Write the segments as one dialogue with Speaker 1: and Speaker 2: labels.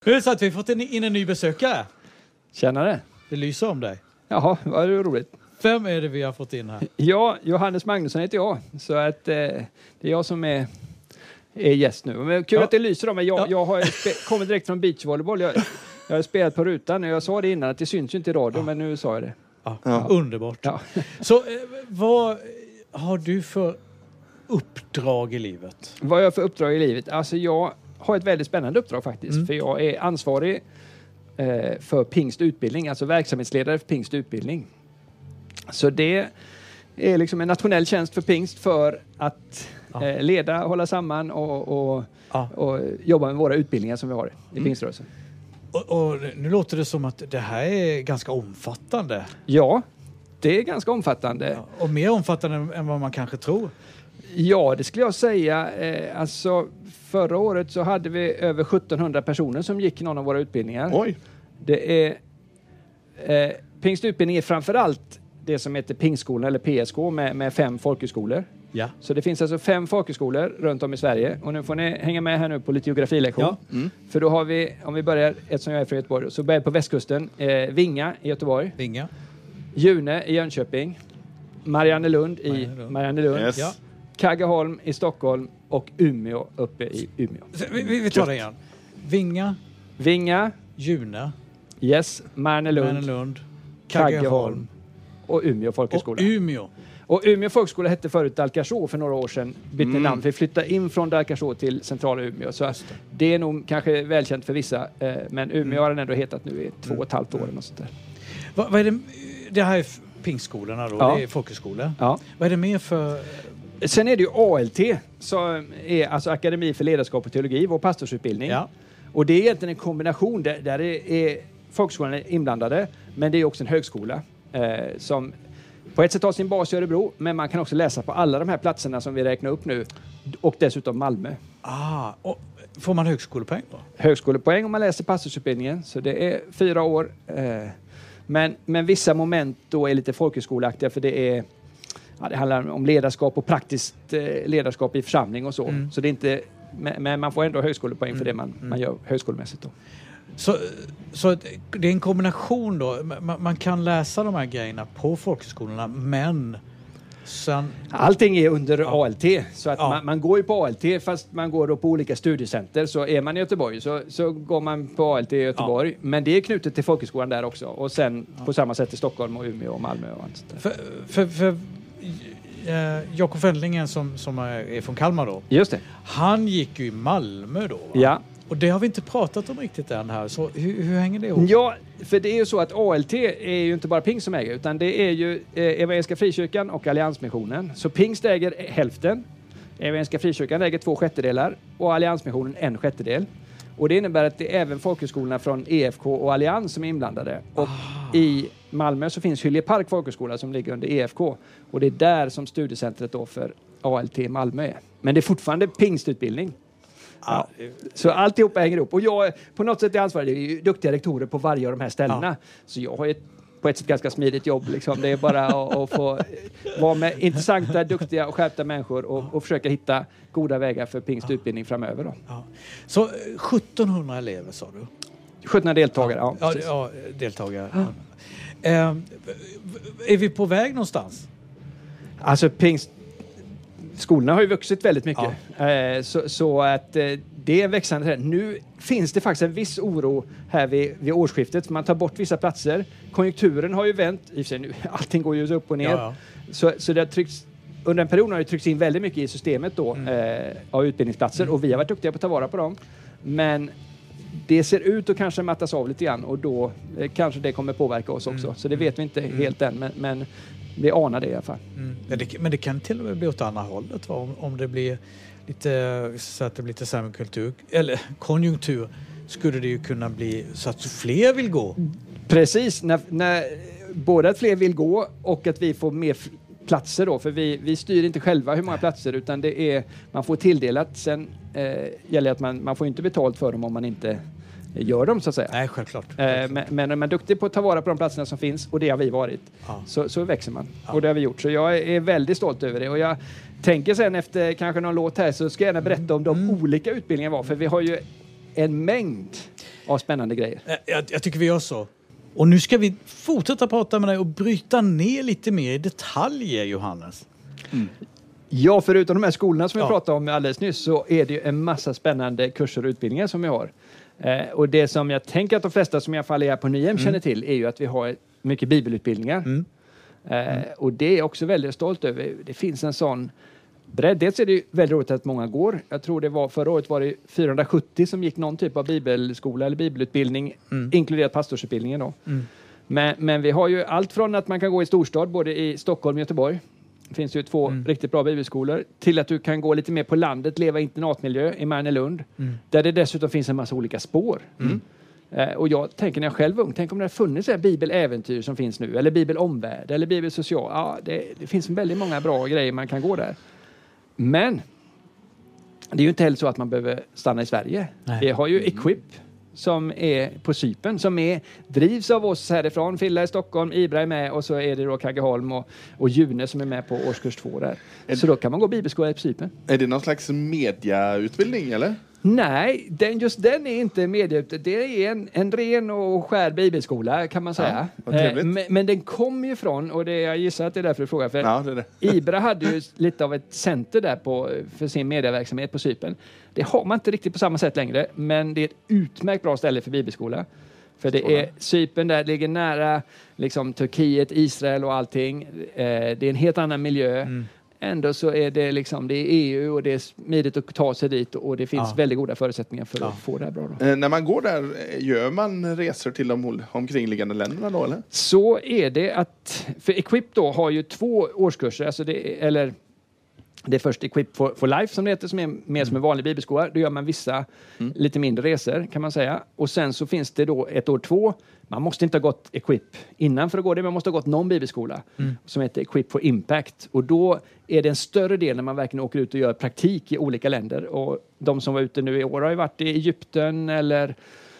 Speaker 1: Nu är det så att vi har fått in en ny besökare.
Speaker 2: Tjänare.
Speaker 1: Det lyser om dig.
Speaker 2: Jaha, vad roligt.
Speaker 1: Vem är det vi har fått in här?
Speaker 2: Ja, Johannes Magnusson heter jag. Så att det är jag som är gäst nu. Men kul att det lyser om mig. Jag har kommit direkt från beachvolleyboll. Jag har spelat på rutan. Jag sa det innan att det syns ju inte i radio, men nu sa jag det.
Speaker 1: Ja. Underbart. Ja. Så vad har du för uppdrag i livet?
Speaker 2: Vad har jag för uppdrag i livet? Alltså jag har ett väldigt spännande uppdrag faktiskt. För jag är ansvarig för Pingst utbildning. Alltså verksamhetsledare för Pingst utbildning. Så det är liksom en nationell tjänst för Pingst för att leda, hålla samman och jobba med våra utbildningar som vi har i Pingströrelsen.
Speaker 1: Och nu låter det som att det här är ganska omfattande.
Speaker 2: Ja, det är ganska omfattande.
Speaker 1: Ja, och mer omfattande än vad man kanske tror.
Speaker 2: Ja, det skulle jag säga. Alltså, förra året så hade vi över 1700 personer som gick i någon av våra utbildningar.
Speaker 3: Oj!
Speaker 2: Det är, Pingst utbildning är framförallt det som heter Pingstskolan eller PSK med 5 folkhögskolor.
Speaker 1: Ja.
Speaker 2: Så det finns alltså 5 folkhögskolor runt om i Sverige. Och nu får ni hänga med här nu på lite geografilektion.
Speaker 1: Ja.
Speaker 2: För då har vi, om vi börjar, eftersom jag är från Göteborg, så börjar vi på västkusten. Vinga i Göteborg.
Speaker 1: Vinga.
Speaker 2: June i Jönköping. Mariannelund i Mariannelund.
Speaker 3: Yes.
Speaker 1: Ja.
Speaker 2: Kaggeholm i Stockholm och Umeå uppe i Umeå.
Speaker 1: Vi tar det igen.
Speaker 2: Vinga,
Speaker 1: June,
Speaker 2: yes, Mariannelund, Kaggeholm och Umeå folkhögskola.
Speaker 1: Och Umeå.
Speaker 2: Och Umeå folkhögskola hette förut Dalkarså för några år sedan. Bytte namn. Vi flyttade in från Dalkarså till centrala Umeå. Så det är nog kanske välkänt för vissa. Men Umeå har den ändå hetat nu i 2,5 år och sånt där.
Speaker 1: Vad är det här är Pingstskolorna då?
Speaker 2: Ja.
Speaker 1: Det är folkhögskolor.
Speaker 2: Ja.
Speaker 1: Vad är det mer för...
Speaker 2: Sen är det ju ALT som är alltså Akademi för ledarskap och teologi, vår pastorsutbildning.
Speaker 1: Ja.
Speaker 2: Och det är egentligen en kombination där är folkhögskolan inblandade, men det är också en högskola som på ett sätt har sin bas i Örebro, men man kan också läsa på alla de här platserna som vi räknar upp nu och dessutom Malmö.
Speaker 1: Och får man högskolepoäng då?
Speaker 2: Högskolepoäng om man läser pastorsutbildningen, så det är 4 år. Men vissa moment då är lite folkhögskoleaktiga, för det handlar om ledarskap och praktiskt ledarskap i församling och så. Så det är inte, men man får ändå högskolepoäng för det man gör högskolemässigt då.
Speaker 1: Så det är en kombination då. Man kan läsa de här grejerna på folkhögskolorna, men sen...
Speaker 2: Allting är under ALT, så att man går ju på ALT fast man går då på olika studiecenter. Så är man i Göteborg så går man på ALT i Göteborg. Ja. Men det är knutet till folkhögskolan där också. Och sen på samma sätt i Stockholm och Umeå och Malmö och allt sånt där.
Speaker 1: För Jakob Fändlingen som är från Kalmar då.
Speaker 2: Just det.
Speaker 1: Han gick ju i Malmö då, va?
Speaker 2: Ja.
Speaker 1: Och det har vi inte pratat om riktigt än här. Så hur hänger det ihop?
Speaker 2: Ja, för det är ju så att ALT är ju inte bara Pingst som äger, utan det är ju Evangeliska Frikyrkan och Alliansmissionen. Så Pingst äger hälften, Evangeliska Frikyrkan äger 2/6 och Alliansmissionen 1/6. Och det innebär att det är även folkhögskolorna från EFK och Allians som är inblandade. Och i Malmö så finns Hyllie Park folkhögskola som ligger under EFK. Och det är där som studiecentret då för ALT Malmö är. Men det är fortfarande Pingstutbildning. Ja. Så alltihopa hänger ihop. Och jag på något sätt är ansvarig. Det är ju duktiga rektorer på varje av de här ställena. Ja. Så jag har på ett sätt ganska smidigt jobb. Liksom. Det är bara att få vara med intressanta, duktiga och skärpta människor och försöka hitta goda vägar för Pingstutbildning framöver. Då.
Speaker 1: Ja. Så 1700 elever sa du?
Speaker 2: 1700 deltagare,
Speaker 1: ja deltagare. Ja. Är vi på väg någonstans?
Speaker 2: Alltså skolorna har ju vuxit väldigt mycket. Ja. Så att det är växande. Nu finns det faktiskt en viss oro här vid årsskiftet. Man tar bort vissa platser. Konjunkturen har ju vänt. I och för sig nu, allting går ju upp och ner. Ja. Så det har tryckts, under en period har det tryckts in väldigt mycket i systemet då, av utbildningsplatser. Och vi har varit duktiga på att ta vara på dem. Men det ser ut att kanske mattas av lite grann. Och då kanske det kommer påverka oss också. Så det vet vi inte helt än. Men vi anar det i alla fall.
Speaker 1: Men det kan till och med bli åt andra hållet, va? Om det blir lite så att det blir lite sämre kultur eller konjunktur, skulle det ju kunna bli så att fler vill gå.
Speaker 2: Precis, när både att fler vill gå och att vi får mer platser då, för vi styr inte själva hur många platser, utan det är man får tilldelat. Sen gäller att man får inte betalt för dem om man inte gör dem så att säga.
Speaker 1: Nej, självklart.
Speaker 2: Men är man duktig på att ta vara på de platserna som finns, och det har vi varit, så växer man. Ja. Och det har vi gjort. Så jag är väldigt stolt över det. Och jag tänker sen efter kanske någon låt här så ska jag gärna berätta om de olika utbildningarna var. För vi har ju en mängd av spännande grejer.
Speaker 1: Jag tycker vi gör så. Och nu ska vi fortsätta prata med dig och bryta ner lite mer i detaljer, Johannes.
Speaker 2: Ja, förutom de här skolorna som vi pratade om alldeles nyss så är det ju en massa spännande kurser och utbildningar som vi har. Och det som jag tänker att de flesta som i alla fall är på Nyhem känner till är ju att vi har mycket bibelutbildningar. Och det är jag också väldigt stolt över. Det finns en sån bredd. Dels är det ju väldigt roligt att många går. Jag tror det var förra året var det 470 som gick någon typ av bibelskola eller bibelutbildning, inkluderat pastorsutbildningen då. Men vi har ju allt från att man kan gå i storstad, både i Stockholm och Göteborg. Det finns ju 2 riktigt bra bibelskolor. Till att du kan gå lite mer på landet, leva i internatmiljö i Mariannelund. Där det dessutom finns en massa olika spår. Och jag tänker när jag själv var ung, tänk om det har funnits bibeläventyr som finns nu. Eller bibelomvärld, eller bibelsocial. Ja, det finns väldigt många bra grejer man kan gå där. Men det är ju inte heller så att man behöver stanna i Sverige. Nej. Vi har ju Equip som är på Cypern, som drivs av oss härifrån. Filla i Stockholm, Ibra är med och så är det då Kaggeholm och June som är med på årskurs 2 där. Så då kan man gå bibelskola på Cypern.
Speaker 3: Är det någon slags mediautbildning eller?
Speaker 2: Nej, just den är inte medieutbildning. Det är en ren och skär bibelskola kan man säga. Men den kommer ju från, och jag gissar att det är därför du frågar. För det. Ibra hade ju lite av ett center där för sin medieverksamhet på Cypern. Det har man inte riktigt på samma sätt längre, men det är ett utmärkt bra ställe för bibelskola. För det är Cypern där, ligger nära liksom, Turkiet, Israel och allting. Det är en helt annan miljö. Ändå så är det liksom, det är EU och det är smidigt att ta sig dit och det finns väldigt goda förutsättningar för att få det här bra då.
Speaker 3: När man går där, gör man resor till de omkringliggande länderna då eller?
Speaker 2: Så är det att, för Equip då har ju 2 årskurser, alltså det är först Equip for Life som det heter, som är mer som en vanlig bibelskola. Då gör man vissa lite mindre resor kan man säga. Och sen så finns det då ett år 2. Man måste inte ha gått Equip innan för att gå det. Man måste ha gått någon bibelskola som heter Equip for Impact. Och då är det en större del när man verkligen åker ut och gör praktik i olika länder. Och de som var ute nu i år har ju varit i Egypten eller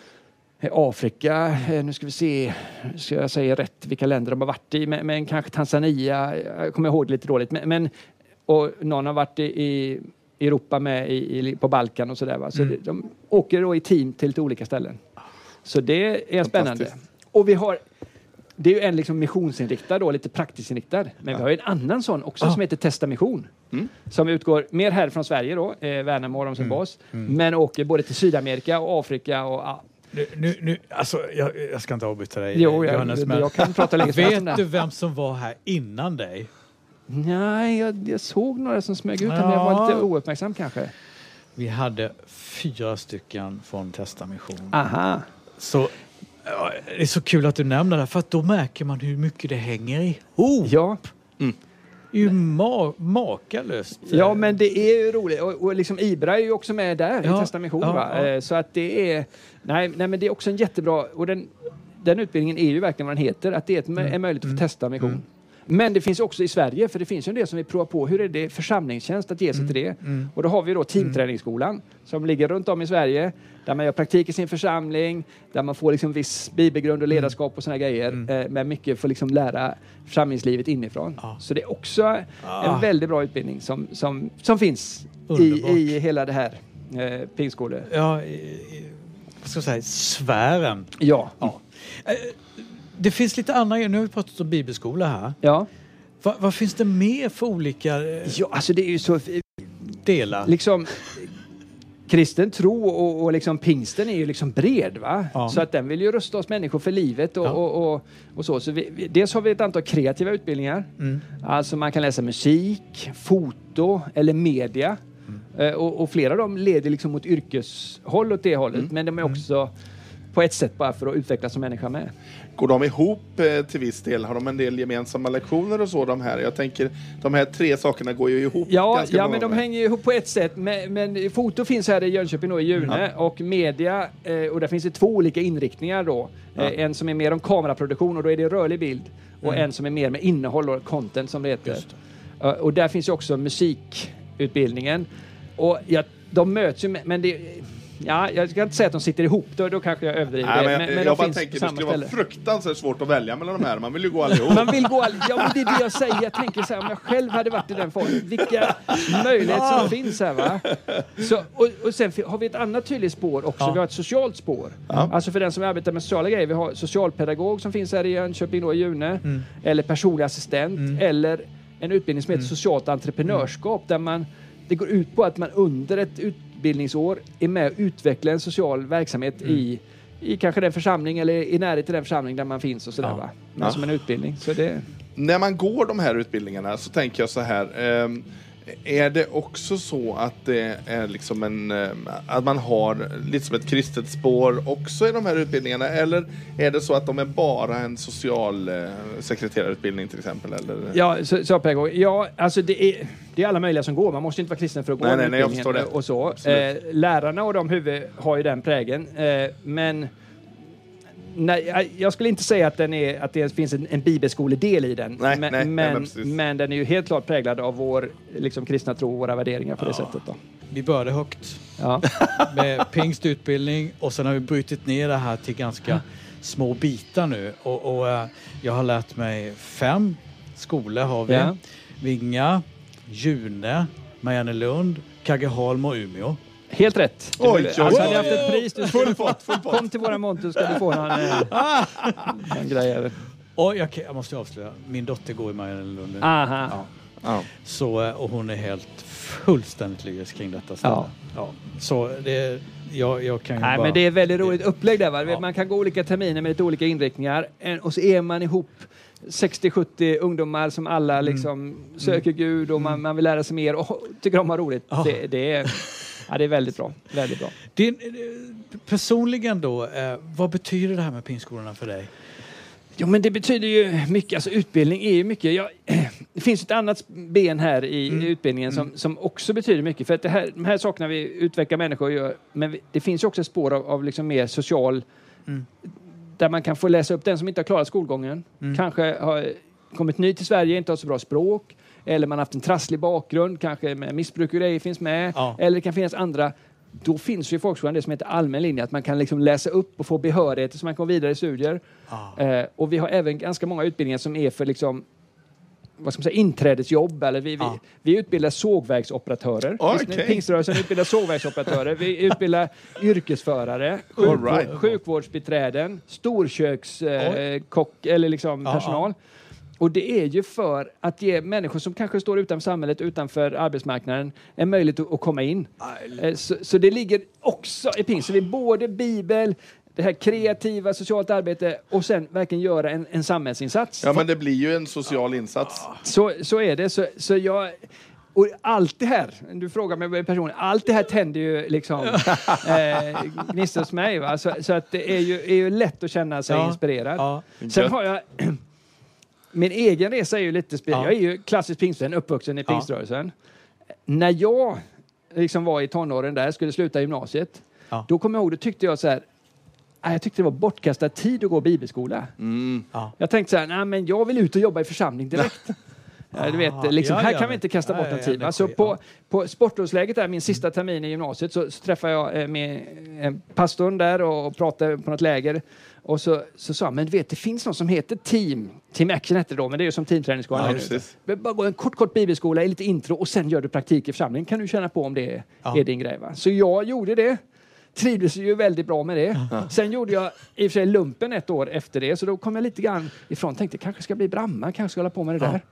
Speaker 2: Afrika. Nu ska vi se, ska jag säga rätt vilka länder de har varit i. Men kanske Tanzania, jag kommer ihåg det lite dåligt. Och någon har varit i Europa med på Balkan och sådär. Va? Så de åker då i team till lite olika ställen. Så det är spännande. Och vi har, det är ju en liksom missionsinriktad då, lite praktiskt inriktad. Men vi har ju en annan sån också som heter Testa Mission. Som utgår mer här från Sverige då, Värnamo som bas. Men åker både till Sydamerika och Afrika och
Speaker 1: Nu, alltså, jag ska inte avbryta dig.
Speaker 2: Jo,
Speaker 1: Johannes, men
Speaker 2: jag kan prata länge.
Speaker 1: Vet du vem som var här innan dig?
Speaker 2: Nej, jag såg några som smög ut, men jag var lite ouppmärksam kanske.
Speaker 1: Vi hade 4 stycken från Testa Mission.
Speaker 2: Aha.
Speaker 1: Så det är så kul att du nämner det, för att då märker man hur mycket det hänger ihop.
Speaker 2: Ja.
Speaker 1: Det är ju makalöst.
Speaker 2: Ja, men det är ju roligt. Och liksom Ibra är ju också med där i Testa Mission. Va? Så att det är... Nej, men det är också en jättebra... Och den utbildningen är ju verkligen vad den heter. Att det är möjligt att få testa mission. Men det finns också i Sverige, för det finns ju en del som vi provar på. Hur är det församlingstjänst att ge sig till det? Och då har vi då teamträningsskolan som ligger runt om i Sverige. Där man gör praktik i sin församling. Där man får liksom viss bibelgrund och ledarskap och såna grejer. Men mycket får liksom lära församlingslivet inifrån. Så det är också en väldigt bra utbildning som finns i hela det här pingskole.
Speaker 1: Ja, vad ska jag säga, sfären.
Speaker 2: Ja.
Speaker 1: Det finns lite andra, nu har vi pratat om bibelskola här.
Speaker 2: Ja.
Speaker 1: Vad finns det mer för olika
Speaker 2: Ja, alltså det är ju så
Speaker 1: delar?
Speaker 2: Liksom kristen tro och liksom pingsten är ju liksom bred, va? Ja. Så att den vill ju rusta oss människor för livet och så. Så dels har vi ett antal kreativa utbildningar. Alltså man kan läsa musik, foto eller media. Och flera av dem leder liksom mot yrkeshåll åt det hållet. Men de är också på ett sätt bara för att utvecklas som människa med.
Speaker 3: Går de ihop till viss del? Har de en del gemensamma lektioner och så de här? Jag tänker, de här 3 sakerna går ju ihop.
Speaker 2: Ja, men de hänger ju ihop på ett sätt. Men foto finns här i Jönköping och i June. Och media, och där finns det 2 olika inriktningar då. En som är mer om kameraproduktion och då är det rörlig bild. Och en som är mer med innehåll och content som det heter. Och där finns ju också musikutbildningen. Och de möts ju, men jag ska inte säga att de sitter ihop, då kanske jag överdriver.
Speaker 3: Nej, men jag
Speaker 2: de
Speaker 3: bara tänker, det skulle vara fruktansvärt svårt att välja mellan de här. Man vill ju gå allihop.
Speaker 2: Man vill gå ja, men det är det jag säger. Jag tänker så här, om jag själv hade varit i den formen, vilka möjligheter som finns här, va? Så, och sen har vi ett annat tydligt spår också. Vi har ett socialt spår. Alltså för den som arbetar med sociala grejer. Vi har socialpedagog som finns här i Jönköping då, i June. Eller personlig assistent. Eller en utbildning som heter socialt entreprenörskap, där det går ut på att man under ett utbildningsår är med och utvecklar en social verksamhet i kanske den församling eller i närheten till den församling där man finns och sådär, va? Men som en utbildning. Så det...
Speaker 3: När man går de här utbildningarna så tänker jag så här, är det också så att det är liksom att man har lite som ett kristet spår också i de här utbildningarna, eller är det så att de är bara en social sekreterarutbildning till exempel, eller?
Speaker 2: Ja, socialpedagog. Ja, alltså det är alla möjliga som går. Man måste inte vara kristen för att gå den utbildningen och så. Lärarna och de har ju den prägen, men nej, jag skulle inte säga att det finns en bibelskoledel i den. Men den är ju helt klart präglad av vår liksom, kristna tro och våra värderingar på det sättet. Då.
Speaker 1: Vi började högt med pingstutbildning och sen har vi brutit ner det här till ganska små bitar nu. Och jag har lärt mig 5 skolor har vi. Ja. Vinga, June, Mariannelund, Kaggeholm och Umeå.
Speaker 2: Helt rätt.
Speaker 3: Oj,
Speaker 2: hade jag haft ett pris, du full pott. Kom till våra monter, ska du få en grej.
Speaker 1: Och jag måste avslöja, min dotter går i Mariannelund.
Speaker 2: Aha.
Speaker 1: Ja. Så, och hon är helt fullständigt lyrisk kring detta. Ja. Så jag kan ju bara...
Speaker 2: men det är väldigt roligt upplägg där, va? Man kan gå olika terminer med lite olika inriktningar. Och så är man ihop 60-70 ungdomar som alla liksom söker Gud och man vill lära sig mer och tycker om att ha roligt. Det är väldigt bra. Väldigt bra.
Speaker 1: Personligen då, vad betyder det här med pingskolorna för dig?
Speaker 2: Jo, men det betyder ju mycket. Alltså utbildning är ju mycket. Det finns ett annat ben här i utbildningen som också betyder mycket. För att de här sakerna vi utvecklar människor gör, men det finns ju också ett spår av liksom mer social... Där man kan få läsa upp den som inte har klarat skolgången. Kanske har kommit ny till Sverige, inte har så bra språk. Eller man har haft en trasslig bakgrund, kanske med missbruk och grejer finns med. Ja. Eller det kan finnas andra. Då finns ju i folkskolan det som heter allmän linje. Att man kan liksom läsa upp och få behörigheter så man kan gå vidare i studier. Och vi har även ganska många utbildningar som är för liksom, vad ska man säga, inträdesjobb. Eller vi utbildar sågverksoperatörer.
Speaker 3: Okay.
Speaker 2: Pingströrelsen utbildar sågverksoperatörer. Vi utbildar yrkesförare, sjukvårdsbiträden, storkökskock eller liksom personal. Och det är ju för att ge människor som kanske står utanför samhället, utanför arbetsmarknaden, en möjlighet att komma in. Så det ligger också i pingst. Så det är både bibel, det här kreativa, socialt arbete och sen verkligen göra en samhällsinsats.
Speaker 3: Ja, men det blir ju en social insats.
Speaker 2: Så är det. Så jag... Och allt det här, du frågar mig personligen, allt det här tänder ju liksom gnistrar hos mig. Va? Så att det är ju lätt att känna sig inspirerad. Ja. Sen har jag... Min egen resa är ju lite speciell. Jag är ju klassisk pingstvän, uppvuxen i pingströrelsen. När jag liksom var i tonåren där, skulle sluta gymnasiet, då kommer jag ihåg, då tyckte jag så här, jag tyckte det var bortkastad tid att gå bibelskola. Jag tänkte så här, nej men jag vill ut och jobba i församling direkt. Du vet, liksom, här kan vi inte kasta bort någon tid. Alltså på sportlovsläget där, min sista termin i gymnasiet, så träffade jag med pastorn där och pratade på något läger. Och så sa han, men du vet, det finns något som heter Team Action heter det då, men det är ju som teamträningsskolan. Bara gå en kort bibelskola, lite intro och sen gör du praktik i församlingen. Kan du känna på om det är din grej, va? Så jag gjorde det. Trivdes ju väldigt bra med det. Sen gjorde jag i och för sig lumpen ett år efter det, så då kom jag lite grann ifrån. Tänkte, kanske ska bli brandman, kanske ska hålla på med det där.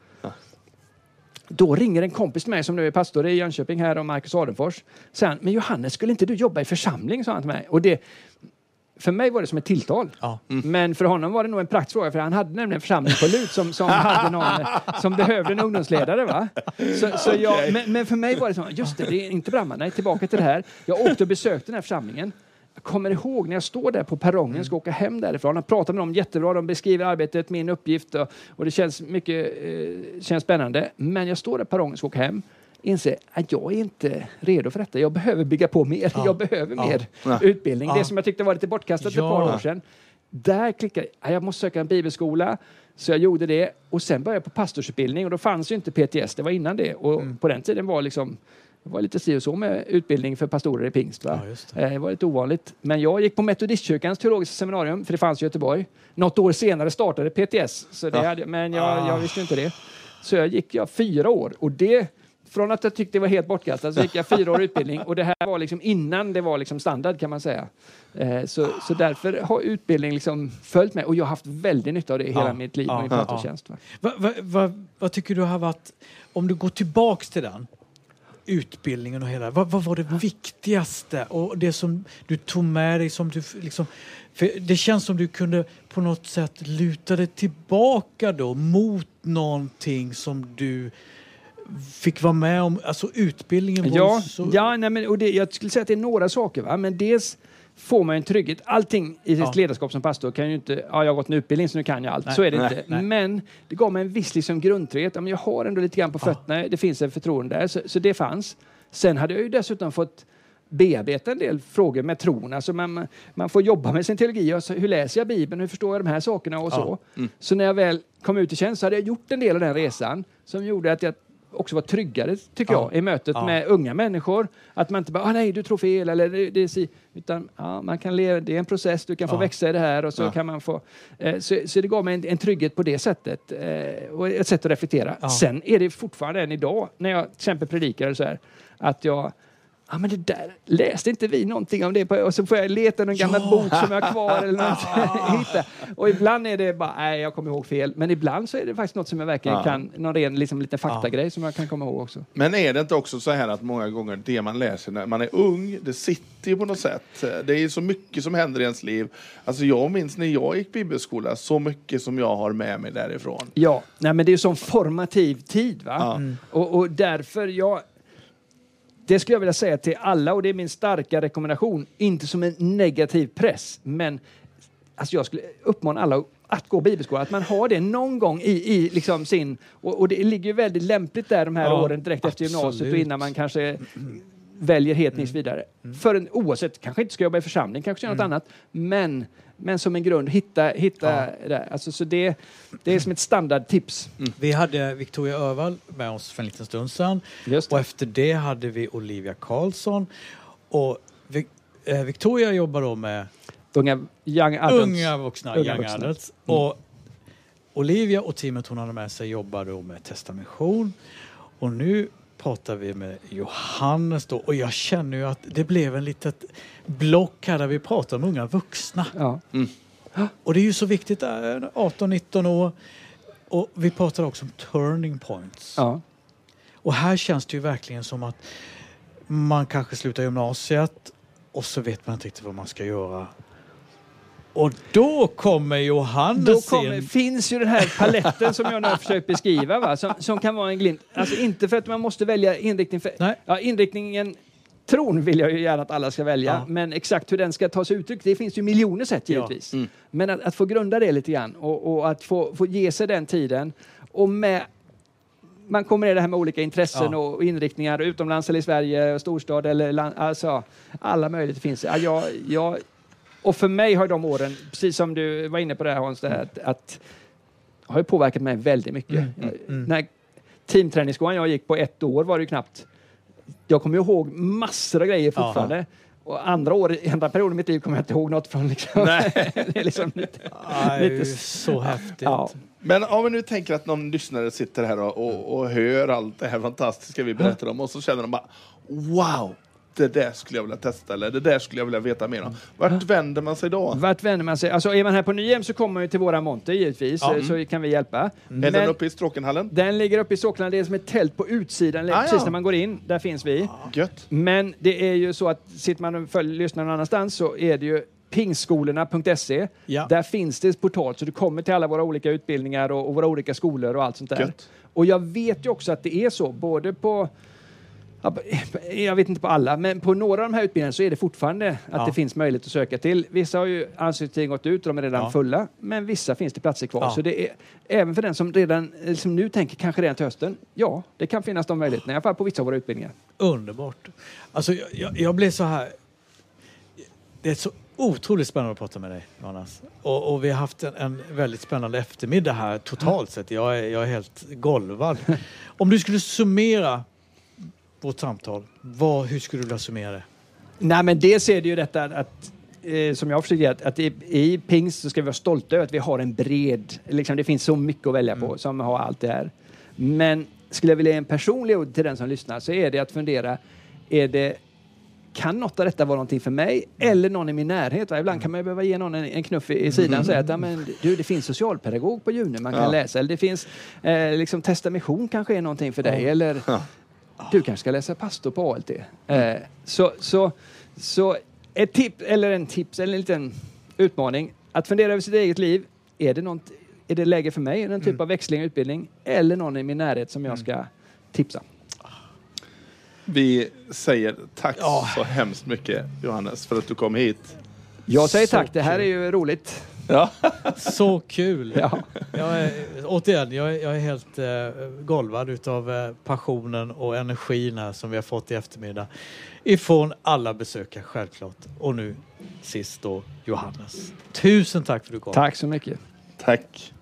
Speaker 2: Då ringer en kompis till mig som nu är pastor i Jönköping här, och Marcus Adenfors. Sen, men Johannes, skulle inte du jobba i församling, sa han till mig. Och det, för mig var det som ett tilltal. Men för honom var det nog en praktfråga, för han hade nämligen en församling på Lut som hade någon som behövde en ungdomsledare, va? Så men för mig var det som, just det är inte brandman, nej, tillbaka till det här. Jag åkte och besökte den här församlingen. Jag kommer ihåg när jag står där på perrongen, ska åka hem därifrån. Jag pratar med dem jättebra, de beskriver arbetet, min uppgift och det känns mycket känns spännande. Men jag står där på perrongen, ska åka hem, inser att jag är inte redo för detta. Jag behöver bygga på mer. Jag behöver mer utbildning. Det som jag tyckte var lite bortkastat för ett par år sedan. Där klickade jag måste söka en bibelskola. Så jag gjorde det. Och sen började jag på pastorsutbildning. Och då fanns ju inte PTS. Det var innan det. Och på den tiden var liksom Det var lite si och så med utbildning för pastorer i pingst. Va?
Speaker 1: Ja, just det.
Speaker 2: Det var lite ovanligt. Men jag gick på Metodistkyrkans teologiska seminarium, för det fanns i Göteborg. Något år senare startade PTS, så det hade, men jag visste inte det. Så jag gick 4 år. Och det, från att jag tyckte det var helt bortkastat, så gick jag 4 år utbildning. Och det här var liksom innan det var liksom standard, kan man säga. Så därför har utbildning liksom följt med. Och jag har haft väldigt nytta av det hela mitt liv och min pastortjänst.
Speaker 1: Vad tycker du har varit, om du går tillbaks till den utbildningen och hela, vad var det viktigaste och det som du tog med dig, som du liksom, för det känns som du kunde på något sätt luta dig tillbaka då mot någonting som du fick vara med om, alltså utbildningen var så...
Speaker 2: Jag skulle säga att det är några saker, va? Men dels får man en trygghet. Allting i sitt ledarskap som pastor kan ju inte, jag har gått en utbildning så nu kan jag allt. Nej, så är det inte. Nej. Men det gav mig en viss liksom grundtrygghet. Jag har ändå lite grann på fötterna. Det finns en förtroende där. Så det fanns. Sen hade jag ju dessutom fått bearbeta en del frågor med tron. Alltså man får jobba med sin teologi. Alltså, hur läser jag Bibeln? Hur förstår jag de här sakerna? Och så. Så när jag väl kom ut i tjänst så hade jag gjort en del av den resan som gjorde att jag också var tryggare, tycker jag, i mötet med unga människor. Att man inte bara, nej, du tror fel, eller det är si. Utan, man kan leva, det är en process, du kan få växa i det här, och så kan man få... Så det gav mig en trygghet på det sättet. Och ett sätt att reflektera. Sen är det fortfarande än idag, när jag till exempel predikar så här, att jag... men det där läste inte vi någonting om det, och så får jag leta en gammal bok som jag har kvar eller något. Hitta. Och ibland är det bara, nej, jag kommer ihåg fel. Men ibland så är det faktiskt något som jag verkligen kan, någon ren liksom lite faktagrej som jag kan komma ihåg också.
Speaker 3: Men är det inte också så här att många gånger det man läser när man är ung, det sitter ju på något sätt. Det är så mycket som händer i ens liv. Alltså jag minns när jag gick bibelskola, så mycket som jag har med mig därifrån.
Speaker 2: Ja, nej, men det är ju sån formativ tid, va? Och därför, det skulle jag vilja säga till alla, och det är min starka rekommendation. Inte som en negativ press, men alltså jag skulle uppmana alla att gå bibelskola. Att man har det någon gång i liksom sin... Och det ligger ju väldigt lämpligt där de här åren direkt efter gymnasiet och innan man kanske väljer hetnings vidare. Oavsett, kanske inte ska jobba i församling, kanske göra något annat. Men som en grund, hitta där. Alltså, så det är som ett standardtips.
Speaker 1: Vi hade Victoria Öhvall med oss för en liten stund sedan. Och efter det hade vi Olivia Karlsson. Och Victoria jobbar då med unga vuxna, young adults. Och Olivia och teamet hon hade med sig jobbar då med testamentation. Och nu pratar vi med Johannes då, och jag känner ju att det blev en litet block här där vi pratar om unga vuxna. Och det är ju så viktigt, 18-19 år, och vi pratar också om turning points. Och här känns det ju verkligen som att man kanske slutar gymnasiet och så vet man inte riktigt vad man ska göra. Och då kommer Johannes in.
Speaker 2: Finns ju den här paletten som jag nu har försökt beskriva, va? Som kan vara en glimt. Alltså inte för att man måste välja inriktning. Inriktningen, tron vill jag ju gärna att alla ska välja. Men exakt hur den ska ta sig uttryck, det finns ju miljoner sätt givetvis. Men att få grunda det lite grann. Och att få ge sig den tiden. Och man kommer ner det här med olika intressen och inriktningar. Utomlands eller i Sverige, storstad eller alltså alla möjligheter finns. Och för mig har de åren, precis som du var inne på det här, Hans, att har ju påverkat mig väldigt mycket. När teamträningsskolan jag gick på 1 år var det ju knappt. Jag kommer ihåg massor av grejer fortfarande. Och andra perioder i mitt liv kommer jag inte ihåg något från. Liksom. Det är liksom lite
Speaker 1: så häftigt.
Speaker 3: Men om vi nu tänker att någon lyssnare sitter här och hör allt det här fantastiska vi berättar om, och så känner de bara, wow! Det där skulle jag vilja testa, eller det där skulle jag vilja veta mer om. Vart vänder man sig då?
Speaker 2: Alltså är man här på Nyhem så kommer man ju till våra monter givetvis, så kan vi hjälpa.
Speaker 3: Är den uppe i Stråkenhallen?
Speaker 2: Den ligger uppe i Stråkenhallen, det är som ett tält på utsidan, precis när man går in, där finns vi.
Speaker 3: Gött.
Speaker 2: Men det är ju så att sitter man och lyssnar någon annanstans så är det ju pingskolorna.se. Där finns det portal, så du kommer till alla våra olika utbildningar och våra olika skolor och allt sånt där.
Speaker 3: Gött.
Speaker 2: Och jag vet ju också att det är så, både på... Jag vet inte på alla, men på några av de här utbildningarna så är det fortfarande att det finns möjlighet att söka till. Vissa har ju ansökningstiden gått ut och de är redan fulla, men vissa finns det platser kvar. Så det är även för den som redan som nu tänker kanske redan till hösten. Ja, det kan finnas de möjligheterna, i alla fall på vissa av våra utbildningar.
Speaker 1: Underbart. Alltså jag blev så här. Det är så otroligt spännande att prata med dig, Johannes. Och vi har haft en väldigt spännande eftermiddag här totalt sett. Jag är helt golvad. Om du skulle summera vårt samtal. Hur skulle du summera det?
Speaker 2: Nej, men dels är det ju detta att som jag försöker att i Pingst så ska vi vara stolta över att vi har en bred, liksom det finns så mycket att välja på som har allt det här. Men skulle jag vilja ge en personlig ord till den som lyssnar, så är det att fundera, kan något av detta vara någonting för mig eller någon i min närhet? Ibland kan man ju behöva ge någon en knuff i sidan och säga att det finns socialpedagog på June man kan läsa, eller det finns liksom testa mission kanske är någonting för dig, eller du kanske ska läsa pastor på ALT. Så ett tips eller en liten utmaning att fundera över sitt eget liv. Är det läge för mig, en typ av växling och utbildning, eller någon i min närhet som jag ska tipsa?
Speaker 3: Vi säger tack så hemskt mycket, Johannes, för att du kom hit.
Speaker 2: Jag säger
Speaker 1: så
Speaker 2: tack, det här
Speaker 1: kul.
Speaker 2: är ju roligt.
Speaker 3: Ja.
Speaker 1: Så kul!
Speaker 2: Ja.
Speaker 1: Jag är helt golvad utav passionen och energin här som vi har fått i eftermiddag. Ifrån alla besökare, självklart. Och nu sist då Johannes. Tusen tack för att du kom.
Speaker 2: Tack så mycket.
Speaker 3: Tack.